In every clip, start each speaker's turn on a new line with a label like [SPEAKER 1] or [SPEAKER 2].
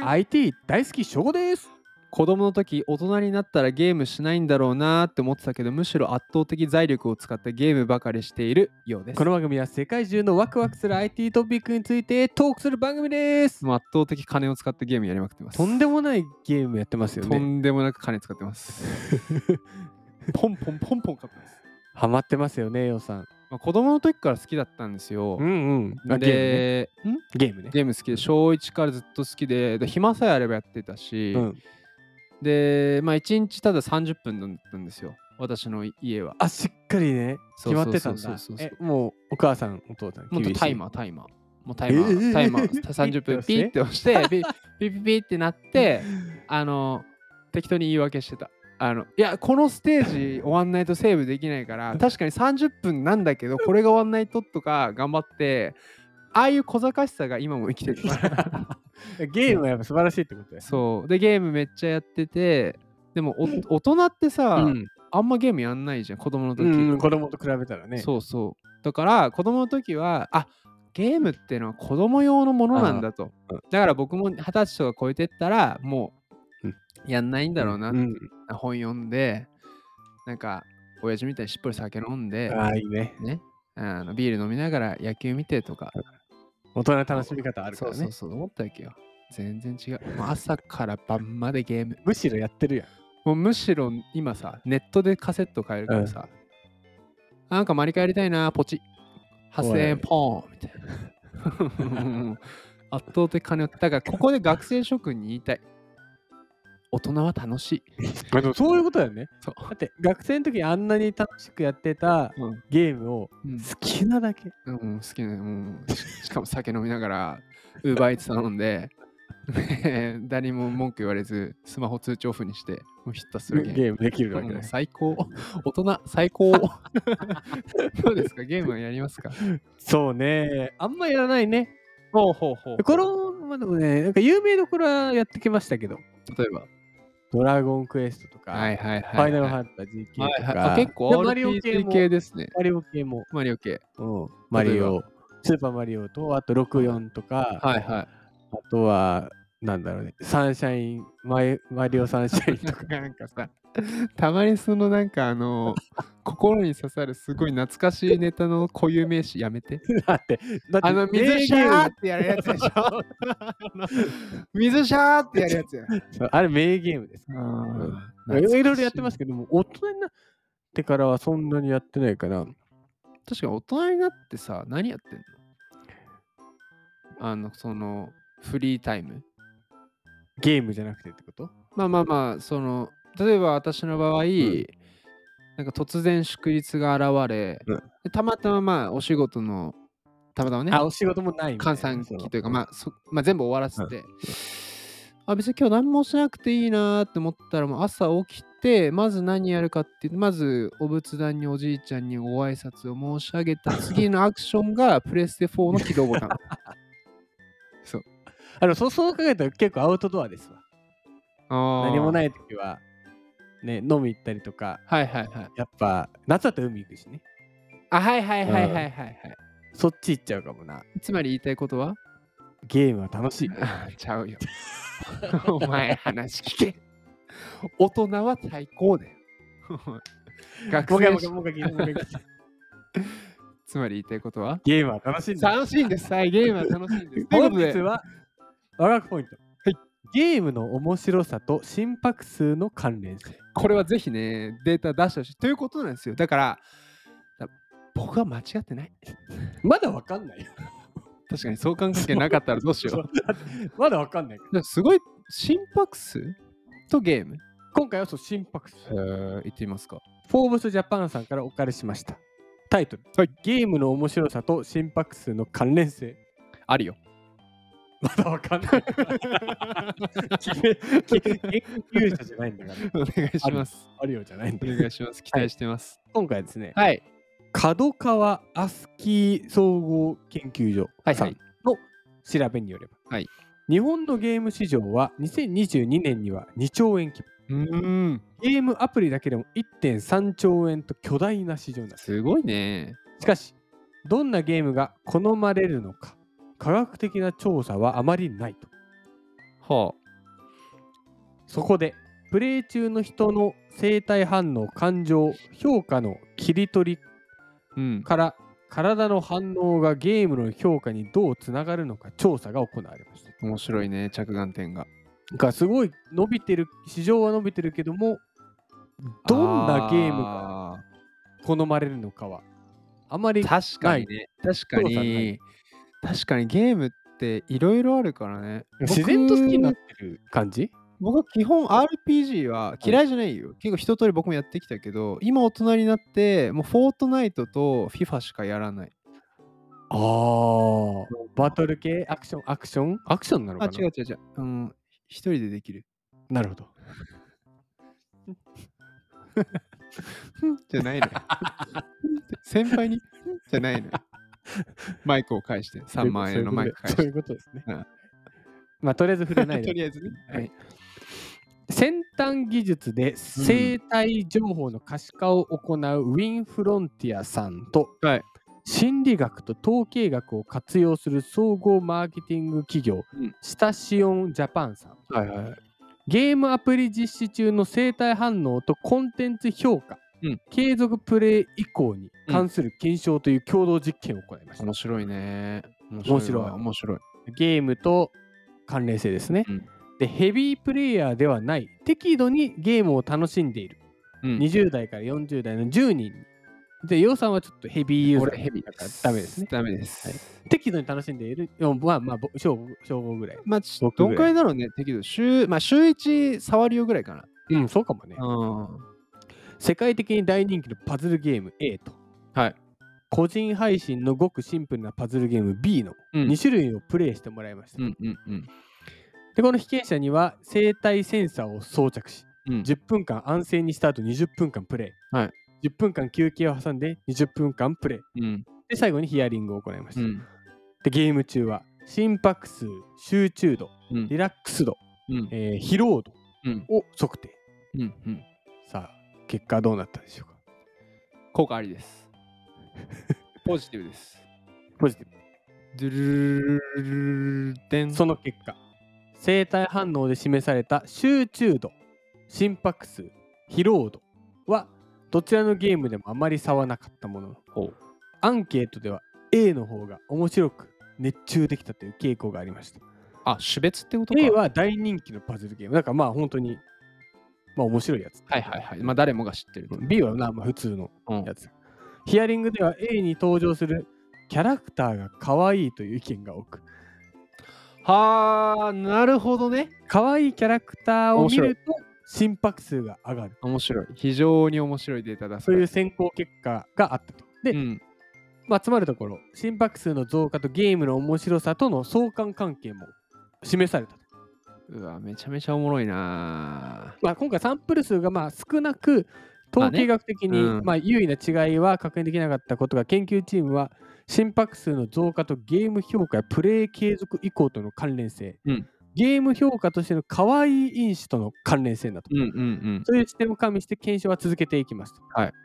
[SPEAKER 1] IT 大好き翔吾です。子供の時大人になったらゲームしないんだろうなって思ってたけど、むしろ圧倒的財力を使ってゲームばかりしているようです。この番組は世界中のワクワクする IT トピックについてトークする番組です。圧倒的金を使ってゲームやりまくってます。とんでもないゲームやってますよね。とんでもなく金使ってます。ポンポンポンポン買ってます。ハマってますよね、よさん。子供の時から好きだったんですよ。で、ゲームね。ゲーム好きで、小1からずっと好きで、暇さえあればやってたし、で、1日ただ30分だったんですよ、私の家は。あ、しっかりね、決まってたんだ。もうお母さん、お父さん、もうタイマー。もうタイマー30分ピッて押して、ピッピッピッってなって、適当に言い訳してた。いや、このステージ終わんないとセーブできないから確かに30分なんだけどこれが終わんないととか頑張って、ああいう小賢しさが今も生きてるからゲームはやっぱ素晴らしいってことだよ。そうで、ゲームめっちゃやってて、でも大人ってさ、あんまゲームやんないじゃん、子供の時。子供と比べたらね。そうそう。だから子供の時はゲームっていうのは子供用のものなんだと。だから僕も20歳とか超えてったらもうやんないんだろうなって、本読んで、なんか親父みたいにしっぽり酒飲んで、いいね。ビール飲みながら野球見てとか、大人の楽しみ方あるからね。そう思ったわけよ。全然違う。朝から晩までゲーム。むしろやってるやん。もうむしろ今さ、ネットでカセット買えるからさ、なんかマリカやりたいな、ポチ8000円ポーンみたいな。圧倒的金を。だからここで学生諸君に言いたい。大人は楽しい。でもそういうことだよね。だって学生の時あんなに楽しくやってたゲームを好きなだけ。好きな、しかも酒飲みながらウーバーイーツ頼んで誰にも文句言われずスマホ通知オフにしてもうひたすらゲームできるわけだ。最高。大人最高。どうですか、ゲームはやりますか？そうね、あんまやらないね。このでもね、なんか有名どころはやってきましたけど、例えばドラゴンクエストとか、ファイナルファンタジー系とか、結構マリオ系ですね。マリオ系。マリオ、スーパーマリオと、あと64とか、あとは、なんだろうね、サンシャイン、マリオサンシャインとか。なんかさ、たまにそのなんか心に刺さるすごい懐かしいネタの固有名詞やめて。だって水シャーってやるやつでしょ。水シャーってやるやつや。あれ名ゲームです。いろいろやってますけども、大人になってからはそんなにやってないかな。確かに大人になってさ、何やってんの？そのフリータイム。ゲームじゃなくてってこと？その例えば私の場合、なんか突然祝日が現れ、たまたまお仕事のたまたまね、お仕事もない閑散期というか全部終わらせて、別に今日何もしなくていいなって思ったら、もう朝起きてまず何やるかっていうと、まずお仏壇におじいちゃんにご挨拶を申し上げた次のアクションがプレステ4の起動ボタン。そう考えたら結構アウトドアですわ。何もない時はね、飲み行ったりとか、やっぱ夏だったら海行くしね。そっち行っちゃうかもな。つまり言いたいことは、ゲームは楽しい。ちゃうよ。お前話聞け。大人は最高だよ。学生もう一回つまり言いたいことは、ゲームは楽しいんだ。楽しいんです。ゲームは楽しいんです。本日はワクワクポイント。ゲームの面白さと心拍数の関連性。これはぜひね、データ出してほしいということなんですよ。だから僕は間違ってない。まだわかんないよ。確かに相関関係なかったらどうしよう。まだわかんない。すごい心拍数とゲーム。今回は心拍数。言ってみますか。フォーブスジャパンさんからお借りしました。タイトル。ゲームの面白さと心拍数の関連性。あるよ。まだわかんない。研究者じゃないんだから。お願いします。あるよじゃないんだ。お願いします。期待してます。今回ですね。角川アスキー総合研究所さんの調べによれば、日本のゲーム市場は2022年には2兆円規模。ゲームアプリだけでも 1.3 兆円と巨大な市場になっている。すごいね。しかし、どんなゲームが好まれるのか、科学的な調査はあまりないと。 は
[SPEAKER 2] そこでプレイ中の人の生体反応、感情、評価の切り取りから体の反応がゲームの評価にどうつながるのか調査が行われました。
[SPEAKER 1] 面白いね、着眼点が。
[SPEAKER 2] すごい伸びてる、市場は伸びてるけども、どんなゲームが好まれるのかはあまりない。
[SPEAKER 1] 確かにね。確かにゲームっていろいろあるからね。
[SPEAKER 2] 自然と好きになってる感じ？
[SPEAKER 1] 僕は基本 RPG は嫌いじゃないよ。結構一通り僕もやってきたけど、今大人になってもうフォートナイトと FIFA しかやらない。
[SPEAKER 2] バトル系アクションなのかな？
[SPEAKER 1] 違う。一人でできる。
[SPEAKER 2] なるほど。
[SPEAKER 1] じゃないの。先輩にじゃないの。マイクを返して、3万円のマイク返して。
[SPEAKER 2] そういうことですね。まあ、とりあえず触れないで。
[SPEAKER 1] とりあえずね。
[SPEAKER 2] はい。先端技術で生体情報の可視化を行うウィン・フロンティアさんと、心理学と統計学を活用する総合マーケティング企業、スタシオンジャパンさん、ゲームアプリ実施中の生体反応とコンテンツ評価、継続プレイ以降に関する検証という共同実験を行いました。
[SPEAKER 1] 面白いね。
[SPEAKER 2] 面白い。ゲームと関連性ですね。で、ヘビープレイヤーではない適度にゲームを楽しんでいる、20代から40代の10人で、ヨウさんはちょっとヘビーユーザー
[SPEAKER 1] ヘビーだから
[SPEAKER 2] ダメですね。
[SPEAKER 1] ダメです。
[SPEAKER 2] 適度に楽しんでいる、小5ぐらい。
[SPEAKER 1] どんくらいだろうね、適度。週1触るよぐらいかな。
[SPEAKER 2] そうかもね。世界的に大人気のパズルゲーム A と、個人配信のごくシンプルなパズルゲーム B の2種類をプレイしてもらいました。で、この被験者には生体センサーを装着し、10分間安静にした後20分間プレイ、10分間休憩を挟んで20分間プレイ、で最後にヒアリングを行いました。で、ゲーム中は心拍数、集中度、リラックス度、疲労度を測定。さあ、結果はどうなったでしょうか？
[SPEAKER 1] 効果ありです。ポジティブです。
[SPEAKER 2] ポジティブ。
[SPEAKER 1] ドゥルルルルデン。
[SPEAKER 2] その結果、生体反応で示された集中度、心拍数、疲労度はどちらのゲームでもあまり差はなかったものの、アンケートでは A の方が面白く熱中できたという傾向がありました。
[SPEAKER 1] 種別ってことか。
[SPEAKER 2] A は大人気のパズルゲームだから、まあ本当に面白いやつ。
[SPEAKER 1] 誰もが知ってる。
[SPEAKER 2] B は普通のやつ。ヒアリングでは A に登場するキャラクターが可愛いという意見が多く。
[SPEAKER 1] なるほどね。
[SPEAKER 2] 可愛いキャラクターを見ると心拍数が上がる。
[SPEAKER 1] 面白い。非常に面白いデータだ。
[SPEAKER 2] そういう選考結果があったと。で、つまるところ、心拍数の増加とゲームの面白さとの相関関係も示されたと。
[SPEAKER 1] うわ、めちゃめちゃおもろいな。
[SPEAKER 2] 今回サンプル数が少なく、統計学的に優位な違いは確認できなかったことが、研究チームは心拍数の増加とゲーム評価やプレイ継続以降との関連性、ゲーム評価としての可愛い因子との関連性だと、そういう視点を加味して検証は続けていきますと。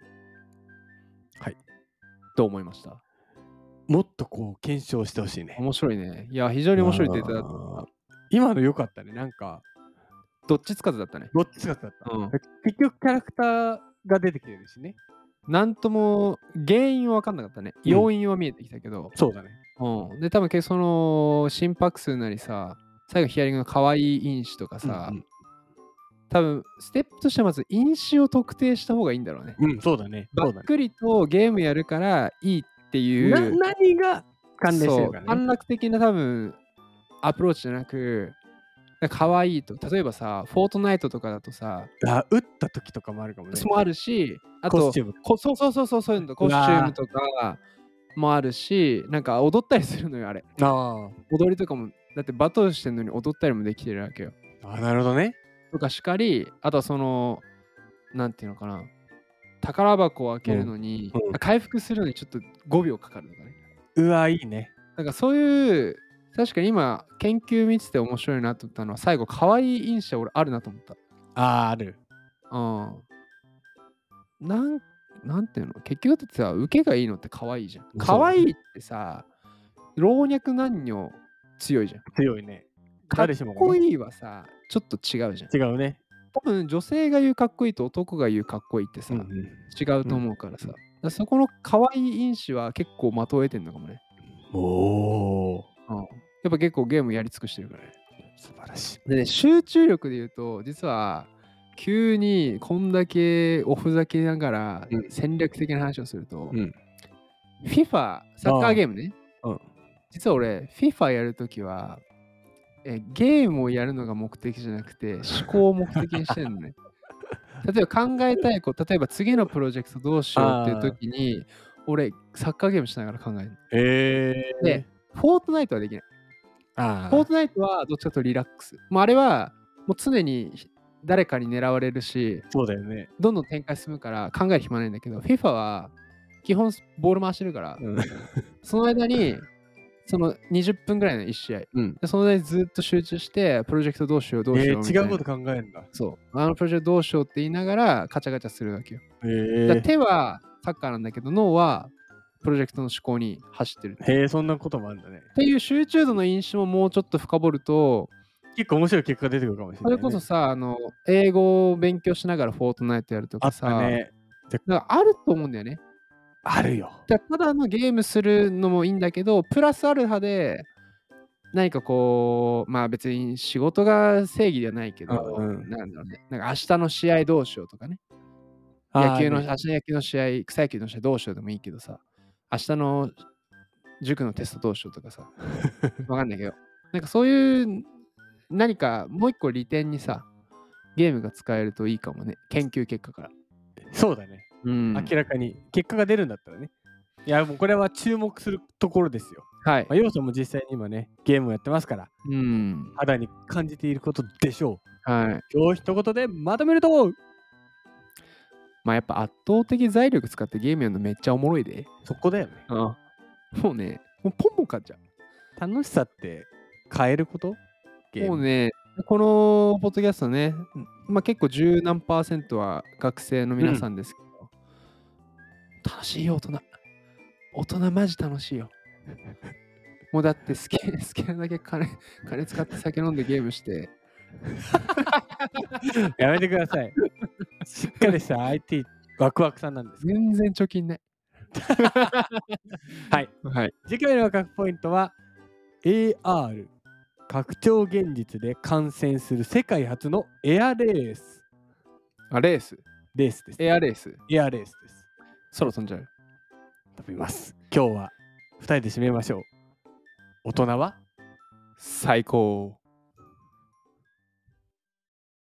[SPEAKER 1] どう思いました？
[SPEAKER 2] もっと検証してほしいね。
[SPEAKER 1] 面白いね。いや、非常に面白いデータだと。
[SPEAKER 2] 今の良かったね。なんか
[SPEAKER 1] どっちつかずだったね。
[SPEAKER 2] 結局キャラクターが出てきてるしね。
[SPEAKER 1] なんとも原因は分かんなかったね。要因は見えてきたけど。
[SPEAKER 2] そうだね。
[SPEAKER 1] で、多分その心拍数なりさ、最後ヒアリングの可愛い因子とかさ、多分ステップとしてはまず因子を特定した方がいいんだろうね。
[SPEAKER 2] そうだね。
[SPEAKER 1] ばっくりとゲームやるからいいっていう。
[SPEAKER 2] 何が関連してるかね。
[SPEAKER 1] 短絡的な多分アプローチじゃなく、可愛いと。例えばさ、フォートナイトとかだとさ、
[SPEAKER 2] 打った時とかもあるかもね。
[SPEAKER 1] もあるし、あと
[SPEAKER 2] コスチューム。
[SPEAKER 1] そういうの、コスチュームとかもあるし、なんか踊ったりするのよ、あれ。踊りとかも、だってバトルしてるのに踊ったりもできてるわけよ。
[SPEAKER 2] なるほどね。
[SPEAKER 1] とかしかり、あとはその、なんていうのかな、宝箱を開けるのに、回復するのにちょっと5秒かかるとかね。
[SPEAKER 2] いいね。
[SPEAKER 1] なんかそういう、確かに今、研究見てて面白いなと思ったのは、最後、可愛い因子俺あるなと思った。
[SPEAKER 2] ある。
[SPEAKER 1] なんていうの、結局だってさ、受けがいいのって可愛いじゃん。可愛いってさ、老若男女強いじゃん。
[SPEAKER 2] 強いね。
[SPEAKER 1] かっこいいはさ、ちょっと違うじゃん。
[SPEAKER 2] 違うね。
[SPEAKER 1] 多分女性が言うかっこいいと男が言うかっこいいってさ、違うと思うからさ。そこの可愛い因子は結構的を得てんのかもね。
[SPEAKER 2] おー。
[SPEAKER 1] やっぱ結構ゲームやり尽くしてるからね。
[SPEAKER 2] 素晴らしい。
[SPEAKER 1] でね、集中力で言うと、実は急にこんだけおふざけながら戦略的な話をすると、FIFA、サッカーゲームね。実は俺、FIFA やるときは、ゲームをやるのが目的じゃなくて、思考を目的にしてるのね。例えば考えたいこと、例えば次のプロジェクトどうしようっていうときに、俺、サッカーゲームしながら考える。で、フォートナイトはできない。フォートナイトはどっちかというとリラックス。あれはもう常に誰かに狙われるし、
[SPEAKER 2] そうだよね。
[SPEAKER 1] どんどん展開進むから考える暇ないんだけど、FIFA は基本ボール回してるから、その間にその20分ぐらいの1試合、でその間にずっと集中して、プロジェクトどうしようどうしようみたいな。
[SPEAKER 2] 違うこと考えるんだ。
[SPEAKER 1] そう。プロジェクトどうしようって言いながらカチャカチャするわけよ。だ手はサッカーなんだけど、脳はプロジェクトの思考に走ってる。
[SPEAKER 2] へえ、そんなこともあるんだね。
[SPEAKER 1] っていう集中度の印象ももうちょっと深掘ると、
[SPEAKER 2] 結構面白い結果が出てくるかもしれない、ね。
[SPEAKER 1] それこそさ、英語を勉強しながらフォートナイトやるとかさ、だからあると思うんだよね。
[SPEAKER 2] あるよ。
[SPEAKER 1] ただのゲームするのもいいんだけど、プラスアルファで何かこう、別に仕事が正義ではないけど、なんだろうね。なんか明日の試合どうしようとかね。明日の野球の試合、草野球の試合どうしようでもいいけどさ、明日の塾のテストどうしようとかさ、わかんないけど、なんかそういう何かもう一個利点にさ、ゲームが使えるといいかもね。研究結果から。
[SPEAKER 2] そうだね。明らかに結果が出るんだったらね。いや、もうこれは注目するところですよ。
[SPEAKER 1] はい。
[SPEAKER 2] 要素も実際に今ね、ゲームをやってますから、肌に感じていることでしょ
[SPEAKER 1] う。はい。
[SPEAKER 2] 今日一言でまとめると、
[SPEAKER 1] やっぱ圧倒的財力使ってゲームやるのめっちゃおもろいで。
[SPEAKER 2] そこだよね。
[SPEAKER 1] もうね、もうポンポン買っちゃう。
[SPEAKER 2] 楽しさって変えること？
[SPEAKER 1] もうね、このポッドキャストね、結構十何%は学生の皆さんですけど、楽しいよ、大人。大人マジ楽しいよ。もうだって好きなだけ金使って酒飲んでゲームして。
[SPEAKER 2] やめてください。しっかりした IT ワクワクさんなんです。
[SPEAKER 1] 全然貯金ない。
[SPEAKER 2] はい。次回のワクワクポイントは AR 拡張現実で観戦する世界初のエアレース。
[SPEAKER 1] レース
[SPEAKER 2] です。
[SPEAKER 1] エアレース。
[SPEAKER 2] エアレースです。
[SPEAKER 1] 空飛んじゃう。
[SPEAKER 2] 飛びます。今日は2人で締めましょう。大人は
[SPEAKER 1] 最高。